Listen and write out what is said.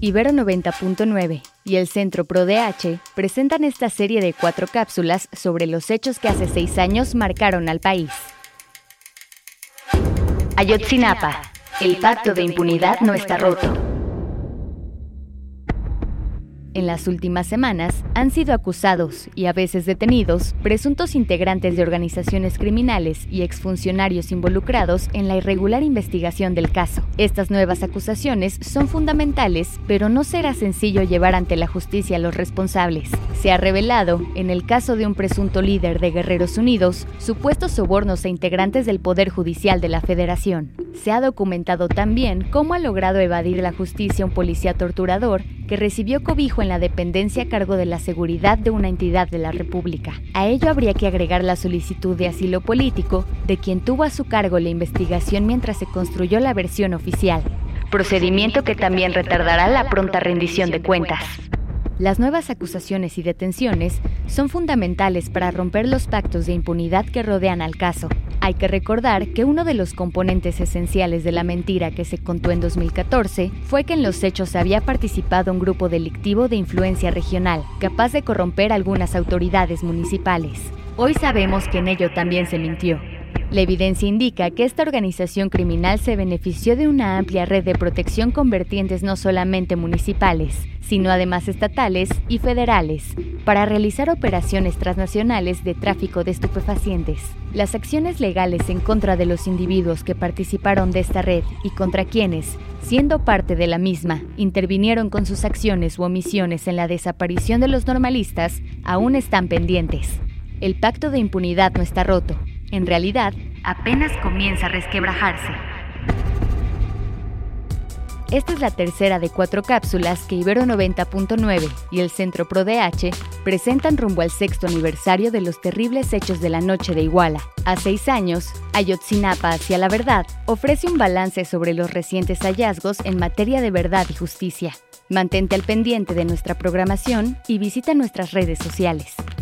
Ibero 90.9 y el Centro ProDH presentan esta serie de 4 cápsulas sobre los hechos que hace 6 años marcaron al país. Ayotzinapa, el pacto de impunidad no está roto. En las últimas semanas han sido acusados y a veces detenidos presuntos integrantes de organizaciones criminales y exfuncionarios involucrados en la irregular investigación del caso. Estas nuevas acusaciones son fundamentales, pero no será sencillo llevar ante la justicia a los responsables. Se ha revelado, en el caso de un presunto líder de Guerreros Unidos, supuestos sobornos a integrantes del Poder Judicial de la Federación. Se ha documentado también cómo ha logrado evadir la justicia un policía torturador que recibió cobijo en la dependencia a cargo de la seguridad de una entidad de la República. A ello habría que agregar la solicitud de asilo político de quien tuvo a su cargo la investigación mientras se construyó la versión oficial, procedimiento que también retardará la pronta rendición de cuentas. Las nuevas acusaciones y detenciones son fundamentales para romper los pactos de impunidad que rodean al caso. Hay que recordar que uno de los componentes esenciales de la mentira que se contó en 2014 fue que en los hechos había participado un grupo delictivo de influencia regional, capaz de corromper algunas autoridades municipales. Hoy sabemos que en ello también se mintió. La evidencia indica que esta organización criminal se benefició de una amplia red de protección con vertientes no solamente municipales, sino además estatales y federales, para realizar operaciones transnacionales de tráfico de estupefacientes. Las acciones legales en contra de los individuos que participaron de esta red y contra quienes, siendo parte de la misma, intervinieron con sus acciones u omisiones en la desaparición de los normalistas, aún están pendientes. El pacto de impunidad no está roto. En realidad, apenas comienza a resquebrajarse. Esta es la tercera de 4 cápsulas que Ibero 90.9 y el Centro ProDH presentan rumbo al 6º aniversario de los terribles hechos de la noche de Iguala. A 6 años, Ayotzinapa hacia la verdad ofrece un balance sobre los recientes hallazgos en materia de verdad y justicia. Mantente al pendiente de nuestra programación y visita nuestras redes sociales.